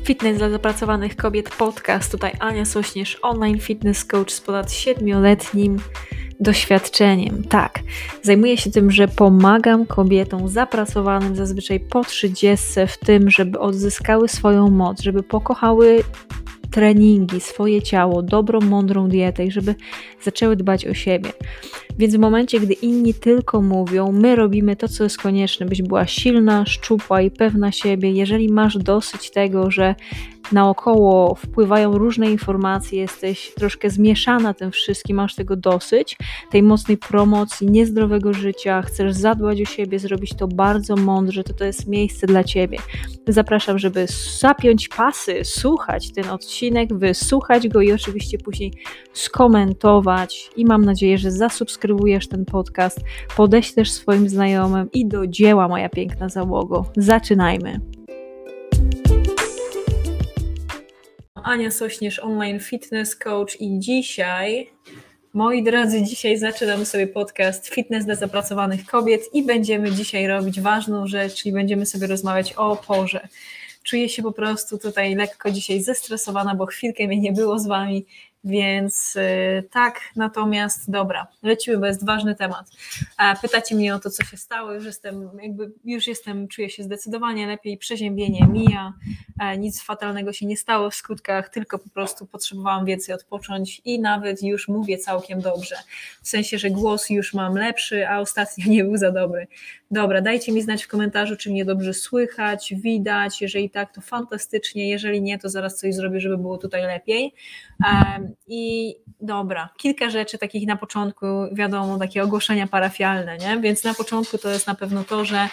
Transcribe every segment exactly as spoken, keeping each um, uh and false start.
Fitness dla zapracowanych kobiet podcast. Tutaj Ania Sośnierz, online fitness coach z ponad siedmioletnim doświadczeniem. Tak, zajmuję się tym, że pomagam kobietom zapracowanym zazwyczaj po trzydziestce w tym, żeby odzyskały swoją moc, żeby pokochały treningi, swoje ciało, dobrą, mądrą dietę i żeby zaczęły dbać o siebie. Więc w momencie, gdy inni tylko mówią, my robimy to, co jest konieczne, byś była silna, szczupła i pewna siebie. Jeżeli masz dosyć tego, że naokoło wpływają różne informacje, jesteś troszkę zmieszana tym wszystkim, masz tego dosyć, tej mocnej promocji, niezdrowego życia, chcesz zadbać o siebie, zrobić to bardzo mądrze, to to jest miejsce dla Ciebie. Zapraszam, żeby zapiąć pasy, słuchać ten odcinek, wysłuchać go i oczywiście później skomentować i mam nadzieję, że zasubskrybujesz ten podcast, podeślesz swoim znajomym i do dzieła, moja piękna załogo. Zaczynajmy! Ania Sośnierz, online fitness coach i dzisiaj, moi drodzy, dzisiaj zaczynamy sobie podcast Fitness dla zapracowanych kobiet i będziemy dzisiaj robić ważną rzecz, czyli będziemy sobie rozmawiać o porze. Czuję się po prostu tutaj lekko dzisiaj zestresowana, bo chwilkę mnie nie było z Wami, więc yy, tak, natomiast dobra, lecimy, bo jest ważny temat. A pytacie mnie o to, co się stało, już jestem, jakby już jestem, czuję się zdecydowanie lepiej, przeziębienie mija, a nic fatalnego się nie stało w skutkach, tylko po prostu potrzebowałam więcej odpocząć i nawet już mówię całkiem dobrze, w sensie, że głos już mam lepszy, a ostatnio nie był za dobry. Dobra, dajcie mi znać w komentarzu, czy mnie dobrze słychać, widać, jeżeli tak, to fantastycznie, jeżeli nie, to zaraz coś zrobię, żeby było tutaj lepiej. Um, I dobra, kilka rzeczy takich na początku, wiadomo, takie ogłoszenia parafialne, nie? Więc na początku to jest na pewno to, że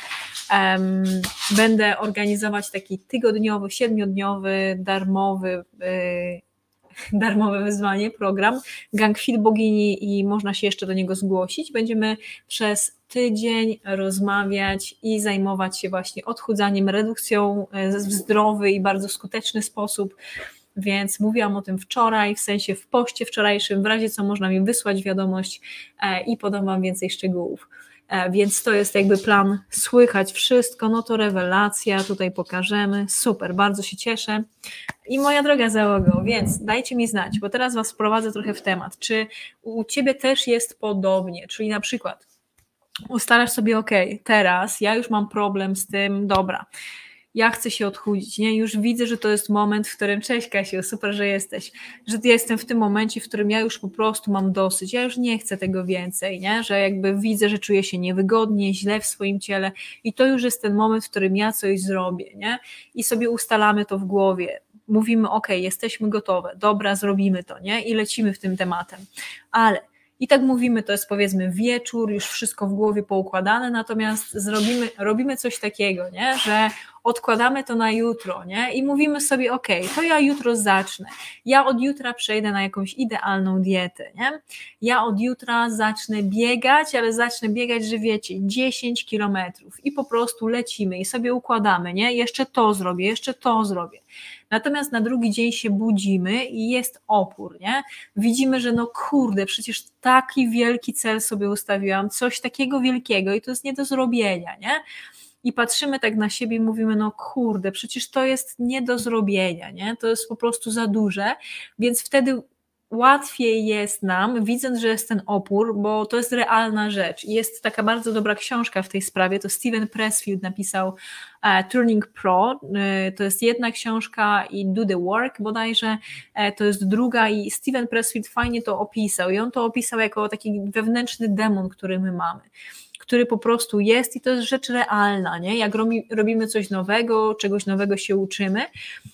um, będę organizować taki tygodniowy, siedmiodniowy, darmowy yy, darmowe wyzwanie, program Gang Fit Bogini i można się jeszcze do niego zgłosić. Będziemy przez tydzień rozmawiać i zajmować się właśnie odchudzaniem, redukcją w zdrowy i bardzo skuteczny sposób, więc mówiłam o tym wczoraj, w sensie w poście wczorajszym, w razie co można mi wysłać wiadomość i podam Wam więcej szczegółów. Więc to jest jakby plan, słychać wszystko, no to rewelacja, tutaj pokażemy, super, bardzo się cieszę. I moja droga załogo, więc dajcie mi znać, bo teraz Was wprowadzę trochę w temat, czy u Ciebie też jest podobnie, czyli na przykład ustalasz sobie, ok, teraz ja już mam problem z tym, dobra, ja chcę się odchudzić, nie? Już widzę, że to jest moment, w którym, cześć Kasiu, super, że jesteś, że ja jestem w tym momencie, w którym ja już po prostu mam dosyć, ja już nie chcę tego więcej, nie? Że jakby widzę, że czuję się niewygodnie, źle w swoim ciele i to już jest ten moment, w którym ja coś zrobię, nie? I sobie ustalamy to w głowie, mówimy, ok, jesteśmy gotowe, dobra, zrobimy to, nie? I lecimy w tym tematem, ale i tak mówimy, to jest powiedzmy wieczór, już wszystko w głowie poukładane, natomiast zrobimy, robimy coś takiego, nie? Że odkładamy to na jutro, nie? I mówimy sobie, ok, to ja jutro zacznę, ja od jutra przejdę na jakąś idealną dietę, nie? Ja od jutra zacznę biegać, ale zacznę biegać, że wiecie, dziesięć kilometrów i po prostu lecimy i sobie układamy, nie? Jeszcze to zrobię, jeszcze to zrobię. Natomiast na drugi dzień się budzimy i jest opór, nie? Widzimy, że no kurde, przecież taki wielki cel sobie ustawiłam, coś takiego wielkiego i to jest nie do zrobienia, nie? I patrzymy tak na siebie i mówimy, no kurde, przecież to jest nie do zrobienia, nie? To jest po prostu za duże, więc wtedy łatwiej jest nam, widząc, że jest ten opór, bo to jest realna rzecz. Jest taka bardzo dobra książka w tej sprawie, to Steven Pressfield napisał uh, Turning Pro, uh, to jest jedna książka i Do the Work bodajże, uh, to jest druga i Steven Pressfield fajnie to opisał i on to opisał jako taki wewnętrzny demon, który my mamy, który po prostu jest i to jest rzecz realna, nie? Jak robi, robimy coś nowego, czegoś nowego się uczymy,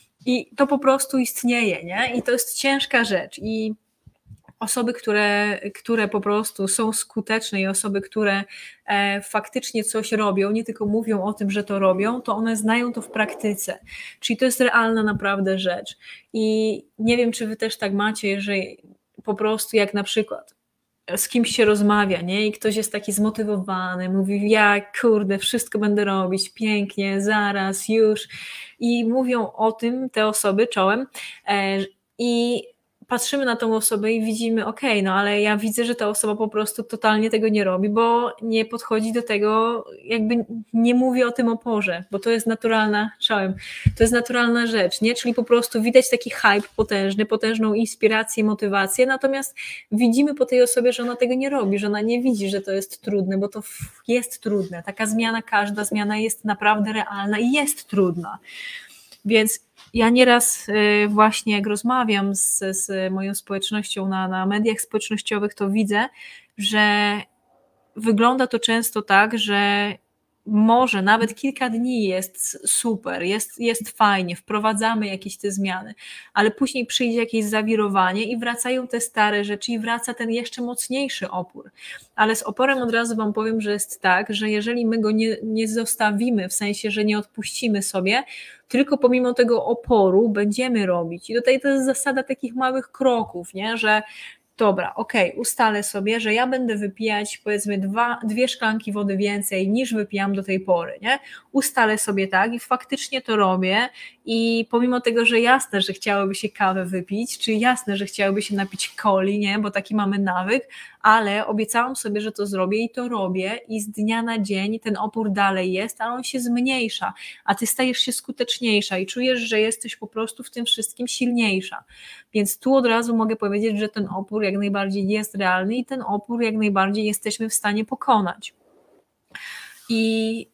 i to po prostu istnieje, nie? I to jest ciężka rzecz i osoby, które, które po prostu są skuteczne i osoby, które e, faktycznie coś robią, nie tylko mówią o tym, że to robią, to one znają to w praktyce, czyli to jest realna naprawdę rzecz i nie wiem, czy wy też tak macie, że po prostu jak na przykład z kimś się rozmawia, nie? I ktoś jest taki zmotywowany, mówi, ja kurde, wszystko będę robić, pięknie, zaraz, już i mówią o tym te osoby czołem e, i patrzymy na tą osobę i widzimy, okej, no ale ja widzę, że ta osoba po prostu totalnie tego nie robi, bo nie podchodzi do tego, jakby nie mówi o tym oporze, bo to jest naturalna, czołem, to jest naturalna rzecz, nie? Czyli po prostu widać taki hype potężny, potężną inspirację, motywację, natomiast widzimy po tej osobie, że ona tego nie robi, że ona nie widzi, że to jest trudne, bo to jest trudne. Taka zmiana, każda zmiana jest naprawdę realna i jest trudna. Więc ja nieraz właśnie jak rozmawiam z, z moją społecznością na, na mediach społecznościowych, to widzę, że wygląda to często tak, że może nawet kilka dni jest super, jest, jest fajnie, wprowadzamy jakieś te zmiany, ale później przyjdzie jakieś zawirowanie i wracają te stare rzeczy i wraca ten jeszcze mocniejszy opór. Ale z oporem od razu wam powiem, że jest tak, że jeżeli my go nie, nie zostawimy, w sensie, że nie odpuścimy sobie, tylko pomimo tego oporu będziemy robić. I tutaj to jest zasada takich małych kroków, nie? Że dobra, okej, okay, ustalę sobie, że ja będę wypijać powiedzmy dwa, dwie szklanki wody więcej niż wypijam do tej pory, nie? Ustalę sobie tak i faktycznie to robię i pomimo tego, że jasne, że chciałoby się kawę wypić, czy jasne, że chciałoby się napić coli, nie? Bo taki mamy nawyk, ale obiecałam sobie, że to zrobię i to robię i z dnia na dzień ten opór dalej jest, ale on się zmniejsza, a ty stajesz się skuteczniejsza i czujesz, że jesteś po prostu w tym wszystkim silniejsza. Więc tu od razu mogę powiedzieć, że ten opór jak najbardziej jest realny i ten opór jak najbardziej jesteśmy w stanie pokonać. I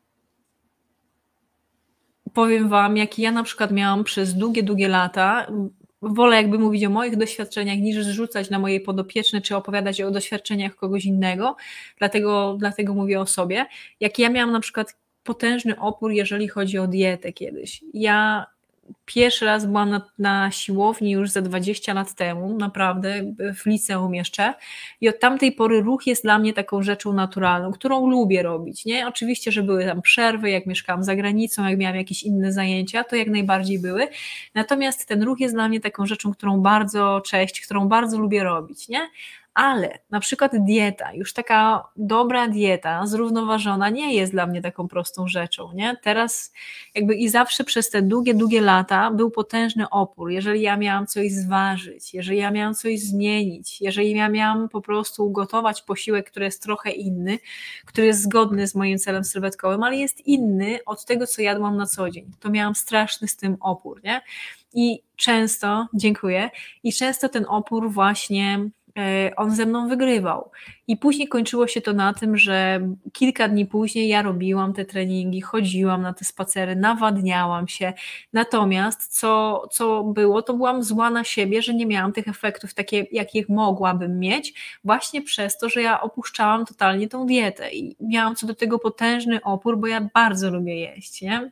powiem wam, jak ja na przykład miałam przez długie, długie lata, wolę jakby mówić o moich doświadczeniach niż zrzucać na moje podopieczne, czy opowiadać o doświadczeniach kogoś innego, dlatego, dlatego mówię o sobie. Jak ja miałam na przykład potężny opór, jeżeli chodzi o dietę kiedyś. Ja pierwszy raz byłam na, na siłowni już za dwadzieścia lat temu, naprawdę w liceum jeszcze i od tamtej pory ruch jest dla mnie taką rzeczą naturalną, którą lubię robić, nie? Oczywiście, że były tam przerwy, jak mieszkałam za granicą, jak miałam jakieś inne zajęcia, to jak najbardziej były, natomiast ten ruch jest dla mnie taką rzeczą, którą bardzo, cześć, którą bardzo lubię robić, nie? Ale na przykład dieta, już taka dobra dieta, zrównoważona nie jest dla mnie taką prostą rzeczą, nie? Teraz jakby i zawsze przez te długie, długie lata był potężny opór, jeżeli ja miałam coś zważyć, jeżeli ja miałam coś zmienić, jeżeli ja miałam po prostu ugotować posiłek, który jest trochę inny, który jest zgodny z moim celem sylwetkowym, ale jest inny od tego, co jadłam na co dzień, to miałam straszny z tym opór, nie? I często, dziękuję, i często ten opór właśnie on ze mną wygrywał. I później kończyło się to na tym, że kilka dni później ja robiłam te treningi, chodziłam na te spacery, nawadniałam się. Natomiast co, co było, to byłam zła na siebie, że nie miałam tych efektów takie, jakich mogłabym mieć, właśnie przez to, że ja opuszczałam totalnie tą dietę i miałam co do tego potężny opór, bo ja bardzo lubię jeść, nie?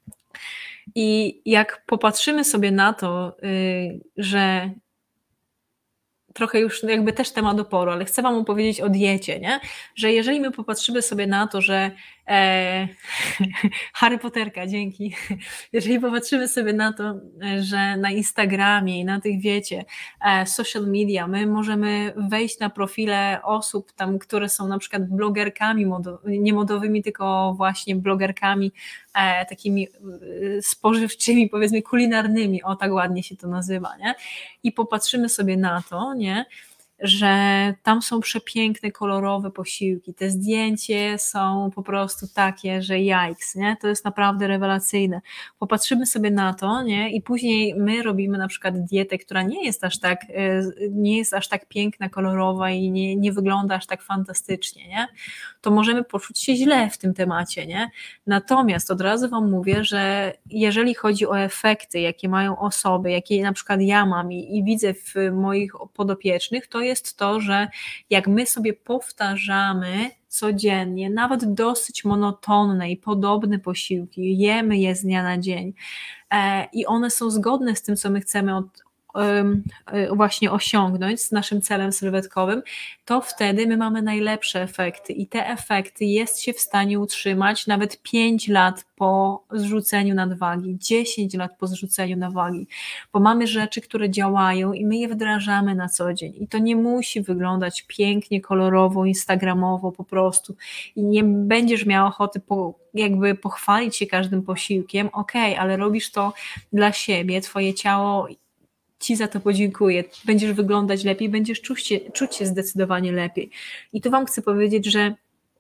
I jak popatrzymy sobie na to, yy, że trochę już jakby też temat oporu, ale chcę wam opowiedzieć o diecie, nie? Że jeżeli my popatrzymy sobie na to, że e, Harry Potterka, dzięki. Jeżeli popatrzymy sobie na to, że na Instagramie i na tych, wiecie, e, social media, my możemy wejść na profile osób tam, które są na przykład blogerkami, modo, nie modowymi, tylko właśnie blogerkami e, takimi e, spożywczymi, powiedzmy kulinarnymi, o tak ładnie się to nazywa, nie? I popatrzymy sobie na to, nie? Że tam są przepiękne, kolorowe posiłki. Te zdjęcia są po prostu takie, że jajks, nie? To jest naprawdę rewelacyjne. Popatrzymy sobie na to, nie? I później my robimy na przykład dietę, która nie jest aż tak, nie jest aż tak piękna, kolorowa i nie, nie wygląda aż tak fantastycznie, nie? To możemy poczuć się źle w tym temacie, nie? Natomiast od razu wam mówię, że jeżeli chodzi o efekty, jakie mają osoby, jakie na przykład ja mam i, i widzę w moich podopiecznych, to jest to, że jak my sobie powtarzamy codziennie, nawet dosyć monotonne i podobne posiłki, jemy je z dnia na dzień e, i one są zgodne z tym, co my chcemy od, właśnie osiągnąć z naszym celem sylwetkowym, to wtedy my mamy najlepsze efekty i te efekty jest się w stanie utrzymać nawet pięć lat po zrzuceniu nadwagi, dziesięć lat po zrzuceniu nadwagi, bo mamy rzeczy, które działają i my je wdrażamy na co dzień i to nie musi wyglądać pięknie, kolorowo, instagramowo po prostu i nie będziesz miał ochoty po, jakby pochwalić się każdym posiłkiem, okej, ale robisz to dla siebie, twoje ciało Ci za to podziękuję, będziesz wyglądać lepiej, będziesz czuć się, czuć się zdecydowanie lepiej. I tu Wam chcę powiedzieć, że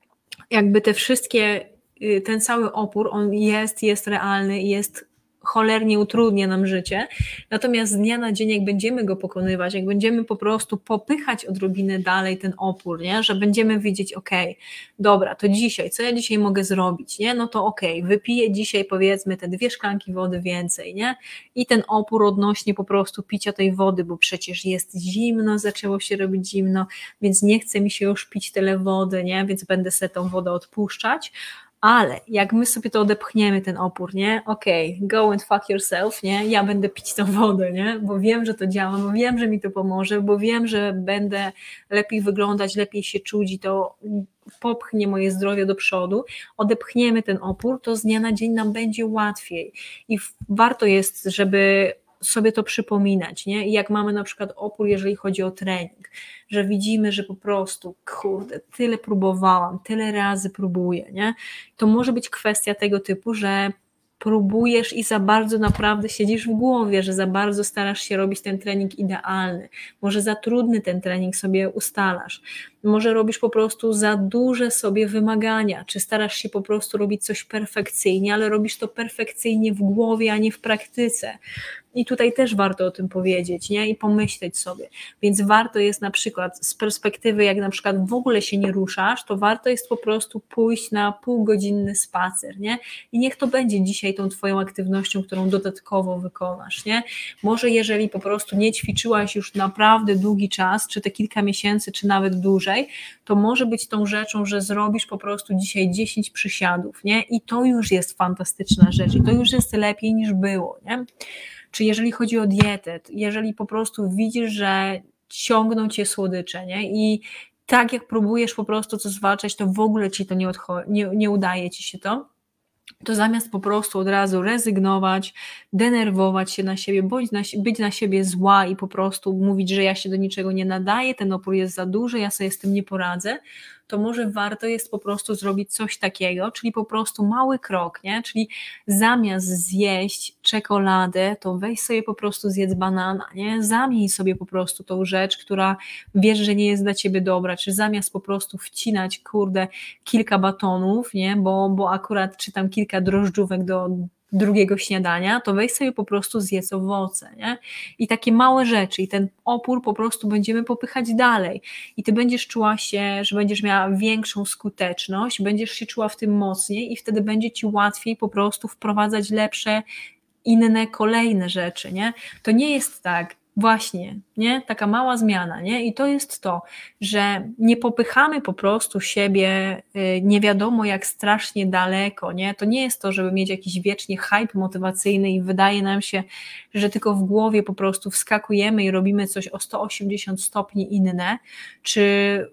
jakby te wszystkie, ten cały opór, on jest, jest realny, jest cholernie utrudnia nam życie, natomiast z dnia na dzień, jak będziemy go pokonywać, jak będziemy po prostu popychać odrobinę dalej ten opór, nie? Że będziemy wiedzieć, okej, dobra, to dzisiaj, co ja dzisiaj mogę zrobić, nie? No to okej, wypiję dzisiaj powiedzmy te dwie szklanki wody więcej, nie? I ten opór odnośnie po prostu picia tej wody, bo przecież jest zimno, zaczęło się robić zimno, więc nie chce mi się już pić tyle wody, nie? Więc będę sobie tą wodę odpuszczać. Ale jak my sobie to odepchniemy, ten opór, nie? Okej, okay, go and fuck yourself, nie? Ja będę pić tą wodę, nie? Bo wiem, że to działa, bo wiem, że mi to pomoże, bo wiem, że będę lepiej wyglądać, lepiej się czuć i to popchnie moje zdrowie do przodu. Odepchniemy ten opór, to z dnia na dzień nam będzie łatwiej. I warto jest, żeby sobie to przypominać, nie? I jak mamy na przykład opór, jeżeli chodzi o trening, że widzimy, że po prostu, kurde, tyle próbowałam, tyle razy próbuję, nie? To może być kwestia tego typu, że próbujesz i za bardzo naprawdę siedzisz w głowie, że za bardzo starasz się robić ten trening idealny, może za trudny ten trening sobie ustalasz, może robisz po prostu za duże sobie wymagania, czy starasz się po prostu robić coś perfekcyjnie, ale robisz to perfekcyjnie w głowie, a nie w praktyce. I tutaj też warto o tym powiedzieć, nie? I pomyśleć sobie. Więc warto jest na przykład z perspektywy, jak na przykład w ogóle się nie ruszasz, to warto jest po prostu pójść na półgodzinny spacer, nie? I niech to będzie dzisiaj tą twoją aktywnością, którą dodatkowo wykonasz, nie? Może jeżeli po prostu nie ćwiczyłaś już naprawdę długi czas, czy te kilka miesięcy, czy nawet dłużej, to może być tą rzeczą, że zrobisz po prostu dzisiaj dziesięć przysiadów, nie? I to już jest fantastyczna rzecz i to już jest lepiej niż było, nie? Czy jeżeli chodzi o dietę, jeżeli po prostu widzisz, że ciągną cię słodycze, nie? I tak jak próbujesz po prostu to zwalczać, to w ogóle ci to nie, odcho- nie, nie udaje ci się to, to zamiast po prostu od razu rezygnować, denerwować się na siebie, bądź na, być na siebie zła i po prostu mówić, że ja się do niczego nie nadaję, ten opór jest za duży, ja sobie z tym nie poradzę, to może warto jest po prostu zrobić coś takiego, czyli po prostu mały krok, nie? Czyli zamiast zjeść czekoladę, to weź sobie po prostu zjedz banana, nie? Zamień sobie po prostu tą rzecz, która wiesz, że nie jest dla ciebie dobra, czy zamiast po prostu wcinać, kurde, kilka batonów, nie? Bo, bo akurat czytam kilka drożdżówek do drugiego śniadania, to weź sobie po prostu zjedz owoce, nie? I takie małe rzeczy i ten opór po prostu będziemy popychać dalej i ty będziesz czuła się, że będziesz miała większą skuteczność, będziesz się czuła w tym mocniej i wtedy będzie ci łatwiej po prostu wprowadzać lepsze, inne, kolejne rzeczy, nie? To nie jest tak, właśnie, nie? Taka mała zmiana, nie? I to jest to, że nie popychamy po prostu siebie nie wiadomo jak strasznie daleko, nie? To nie jest to, żeby mieć jakiś wiecznie hype motywacyjny i wydaje nam się, że tylko w głowie po prostu wskakujemy i robimy coś o sto osiemdziesiąt stopni inne, czy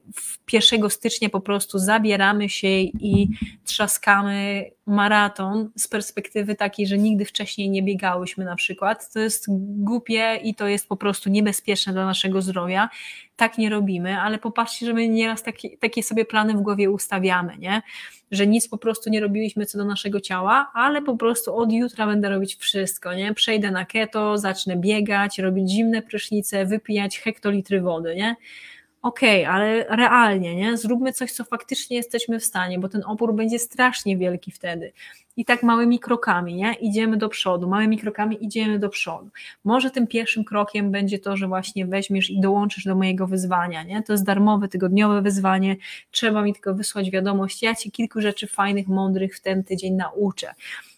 w pierwszego stycznia po prostu zabieramy się i trzaskamy maraton z perspektywy takiej, że nigdy wcześniej nie biegałyśmy na przykład. To jest głupie i to jest po prostu niebezpieczne dla naszego zdrowia. Tak nie robimy, ale popatrzcie, że my nieraz takie, takie sobie plany w głowie ustawiamy, nie? Że nic po prostu nie robiliśmy co do naszego ciała, ale po prostu od jutra będę robić wszystko, nie? Przejdę na keto, zacznę biegać, robić zimne prysznice, wypijać hektolitry wody, nie? Okej, okay, ale realnie, nie? Zróbmy coś, co faktycznie jesteśmy w stanie, bo ten opór będzie strasznie wielki wtedy. I tak małymi krokami, nie? Idziemy do przodu, małymi krokami idziemy do przodu. Może tym pierwszym krokiem będzie to, że właśnie weźmiesz i dołączysz do mojego wyzwania, nie? To jest darmowe, tygodniowe wyzwanie, trzeba mi tylko wysłać wiadomość, ja ci kilku rzeczy fajnych, mądrych w ten tydzień nauczę.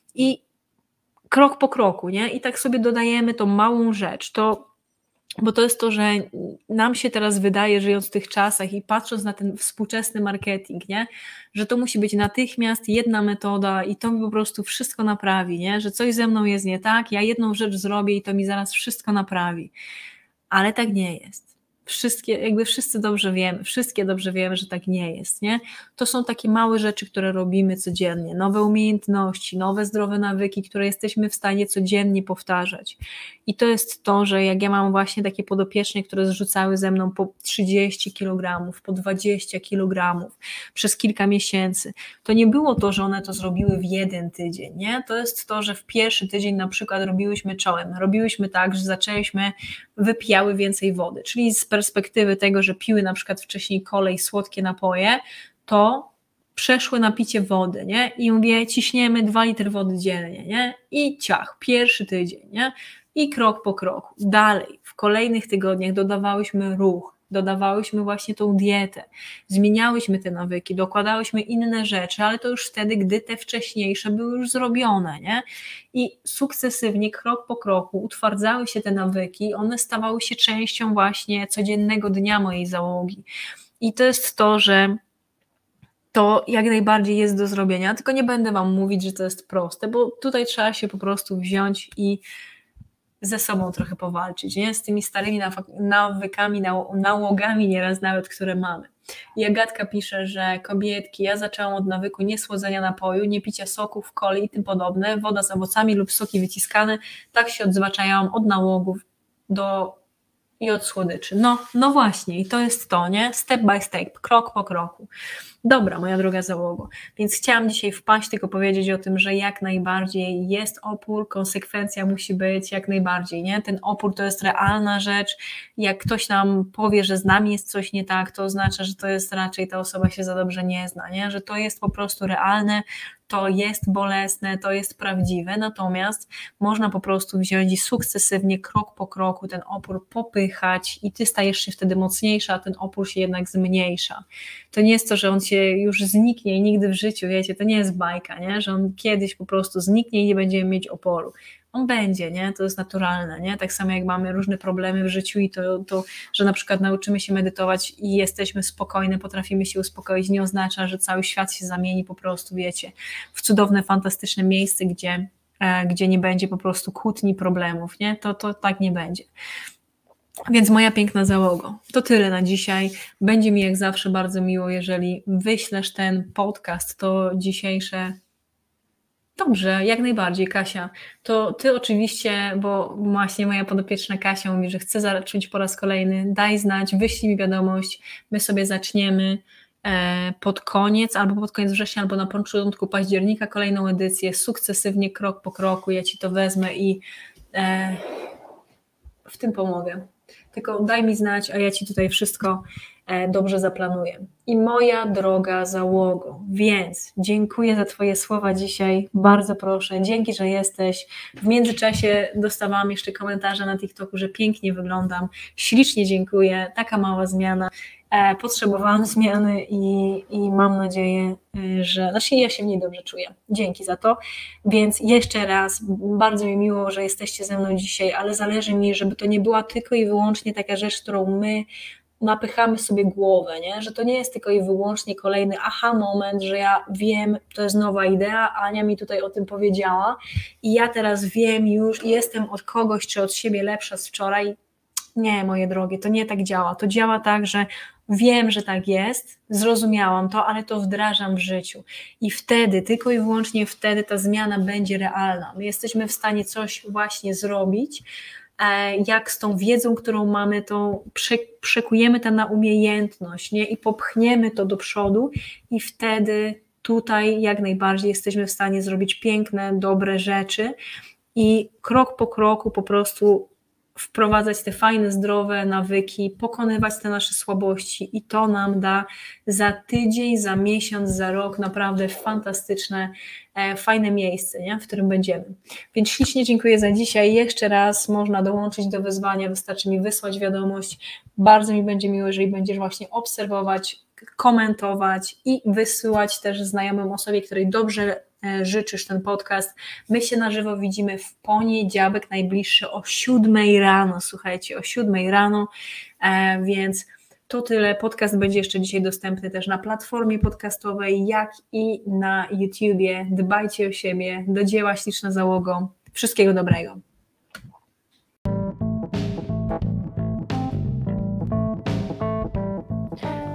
I krok po kroku, nie? I tak sobie dodajemy tą małą rzecz, to bo to jest to, że nam się teraz wydaje, żyjąc w tych czasach i patrząc na ten współczesny marketing, nie, że to musi być natychmiast jedna metoda i to mi po prostu wszystko naprawi, nie, że coś ze mną jest nie tak, ja jedną rzecz zrobię i to mi zaraz wszystko naprawi. Ale tak nie jest. wszystkie, jakby wszyscy dobrze wiemy, wszystkie dobrze wiemy, że tak nie jest, nie? To są takie małe rzeczy, które robimy codziennie, nowe umiejętności, nowe zdrowe nawyki, które jesteśmy w stanie codziennie powtarzać. I to jest to, że jak ja mam właśnie takie podopieczne, które zrzucały ze mną po trzydzieści kilogramów, po dwadzieścia kilogramów przez kilka miesięcy, to nie było to, że one to zrobiły w jeden tydzień, nie? To jest to, że w pierwszy tydzień na przykład robiłyśmy czołem, robiłyśmy tak, że zaczęliśmy, wypijały więcej wody, czyli z perspektywy tego, że piły na przykład wcześniej kole i słodkie napoje, to przeszły na picie wody, nie? I mówię, ciśniemy dwa litry wody dziennie, nie? I ciach, pierwszy tydzień, nie? I krok po kroku. Dalej, w kolejnych tygodniach dodawałyśmy ruch, dodawałyśmy właśnie tą dietę, zmieniałyśmy te nawyki, dokładałyśmy inne rzeczy, ale to już wtedy, gdy te wcześniejsze były już zrobione, nie? I sukcesywnie, krok po kroku utwardzały się te nawyki, one stawały się częścią właśnie codziennego dnia mojej załogi. I to jest to, że to jak najbardziej jest do zrobienia, tylko nie będę Wam mówić, że to jest proste, bo tutaj trzeba się po prostu wziąć i ze sobą trochę powalczyć, nie? Z tymi starymi nawykami, nałogami nieraz nawet, które mamy. I Agatka pisze, że kobietki, ja zaczęłam od nawyku niesłodzenia napoju, nie picia soków, coli i tym podobne, woda z owocami lub soki wyciskane, tak się odzwyczajałam od nałogów do i od słodyczy. No, no właśnie, i to jest to, nie? Step by step, krok po kroku. Dobra, moja droga załogo, więc chciałam dzisiaj wpaść, tylko powiedzieć o tym, że jak najbardziej jest opór, konsekwencja musi być jak najbardziej, nie? Ten opór to jest realna rzecz, jak ktoś nam powie, że z nami jest coś nie tak, to oznacza, że to jest raczej ta osoba się za dobrze nie zna, nie? Że to jest po prostu realne, to jest bolesne, to jest prawdziwe, natomiast można po prostu wziąć i sukcesywnie, krok po kroku ten opór popychać i ty stajesz się wtedy mocniejsza, a ten opór się jednak zmniejsza. To nie jest to, że on się już zniknie i nigdy w życiu, wiecie, to nie jest bajka, nie? Że on kiedyś po prostu zniknie i nie będziemy mieć oporu. On będzie, nie? To jest naturalne, nie? Tak samo jak mamy różne problemy w życiu i to, to, że na przykład nauczymy się medytować i jesteśmy spokojne, potrafimy się uspokoić, nie oznacza, że cały świat się zamieni po prostu, wiecie, w cudowne, fantastyczne miejsce, gdzie, e, gdzie nie będzie po prostu kłótni, problemów, nie? To, to tak nie będzie. Więc moja piękna załogo, to tyle na dzisiaj. Będzie mi jak zawsze bardzo miło, jeżeli wyślesz ten podcast, to dzisiejsze. Dobrze, jak najbardziej, Kasia. To ty oczywiście, bo właśnie moja podopieczna Kasia mówi, że chce zacząć po raz kolejny, daj znać, wyślij mi wiadomość, my sobie zaczniemy pod koniec, albo pod koniec września, albo na początku października kolejną edycję, sukcesywnie, krok po kroku, ja ci to wezmę i e, w tym pomogę. Tylko daj mi znać, a ja ci tutaj wszystko dobrze zaplanuję. I moja droga załogo, więc dziękuję za twoje słowa dzisiaj, bardzo proszę, dzięki, że jesteś. W międzyczasie dostawałam jeszcze komentarze na TikToku, że pięknie wyglądam, ślicznie dziękuję, taka mała zmiana. Potrzebowałam zmiany i, i mam nadzieję, że znaczy ja się w niej dobrze czuję. Dzięki za to. Więc jeszcze raz, bardzo mi miło, że jesteście ze mną dzisiaj, ale zależy mi, żeby to nie była tylko i wyłącznie taka rzecz, którą my napychamy sobie głowę, nie? Że to nie jest tylko i wyłącznie kolejny aha moment, że ja wiem, to jest nowa idea, Ania mi tutaj o tym powiedziała i ja teraz wiem już i jestem od kogoś czy od siebie lepsza z wczoraj. Nie, moje drogie, to nie tak działa. To działa tak, że wiem, że tak jest, zrozumiałam to, ale to wdrażam w życiu. I wtedy, tylko i wyłącznie wtedy ta zmiana będzie realna. My jesteśmy w stanie coś właśnie zrobić, jak z tą wiedzą, którą mamy, to przekujemy to na umiejętność, nie? I popchniemy to do przodu i wtedy tutaj jak najbardziej jesteśmy w stanie zrobić piękne, dobre rzeczy i krok po kroku po prostu wprowadzać te fajne, zdrowe nawyki, pokonywać te nasze słabości i to nam da za tydzień, za miesiąc, za rok naprawdę fantastyczne, e, fajne miejsce, nie? W którym będziemy. Więc ślicznie dziękuję za dzisiaj. Jeszcze raz można dołączyć do wyzwania, wystarczy mi wysłać wiadomość. Bardzo mi będzie miło, jeżeli będziesz właśnie obserwować, komentować i wysyłać też znajomym osobie, której dobrze życzysz ten podcast. My się na żywo widzimy w poniedziałek najbliższy o siódmej rano, słuchajcie, o siódmej rano, e, więc to tyle. Podcast będzie jeszcze dzisiaj dostępny też na platformie podcastowej, jak i na YouTubie. Dbajcie o siebie, do dzieła, śliczna załogo. Wszystkiego dobrego.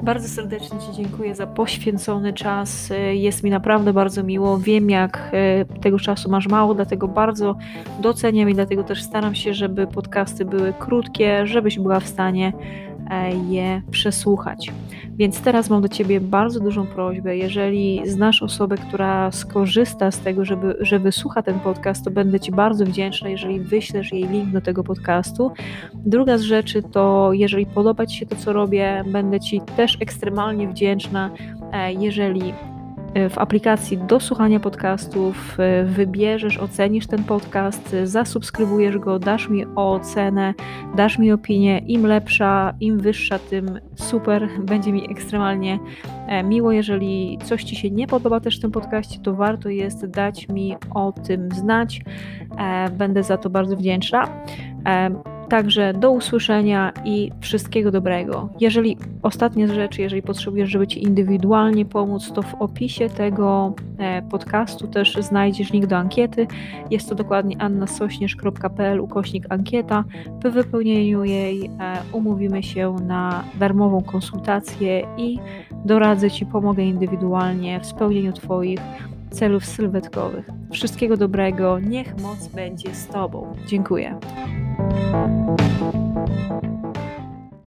Bardzo serdecznie Ci dziękuję za poświęcony czas. Jest mi naprawdę bardzo miło. Wiem, jak tego czasu masz mało, dlatego bardzo doceniam i dlatego też staram się, żeby podcasty były krótkie, żebyś była w stanie je przesłuchać. Więc teraz mam do Ciebie bardzo dużą prośbę. Jeżeli znasz osobę, która skorzysta z tego, żeby, że wysłucha ten podcast, to będę Ci bardzo wdzięczna, jeżeli wyślesz jej link do tego podcastu. Druga z rzeczy to, jeżeli podoba Ci się to, co robię, będę Ci też ekstremalnie wdzięczna, jeżeli w aplikacji do słuchania podcastów wybierzesz, ocenisz ten podcast, zasubskrybujesz go, dasz mi ocenę, dasz mi opinię. Im lepsza, im wyższa, tym super. Będzie mi ekstremalnie miło. Jeżeli coś Ci się nie podoba też w tym podcaście, to warto jest dać mi o tym znać. Będę za to bardzo wdzięczna. Także do usłyszenia i wszystkiego dobrego. Jeżeli, ostatnia rzecz, jeżeli potrzebujesz, żeby Ci indywidualnie pomóc, to w opisie tego podcastu też znajdziesz link do ankiety. Jest to dokładnie annasośnierz kropka p l ukośnik ankieta. Po wypełnieniu jej umówimy się na darmową konsultację i doradzę Ci, pomogę indywidualnie w spełnieniu Twoich celów sylwetkowych. Wszystkiego dobrego, niech moc będzie z Tobą. Dziękuję. Thank you.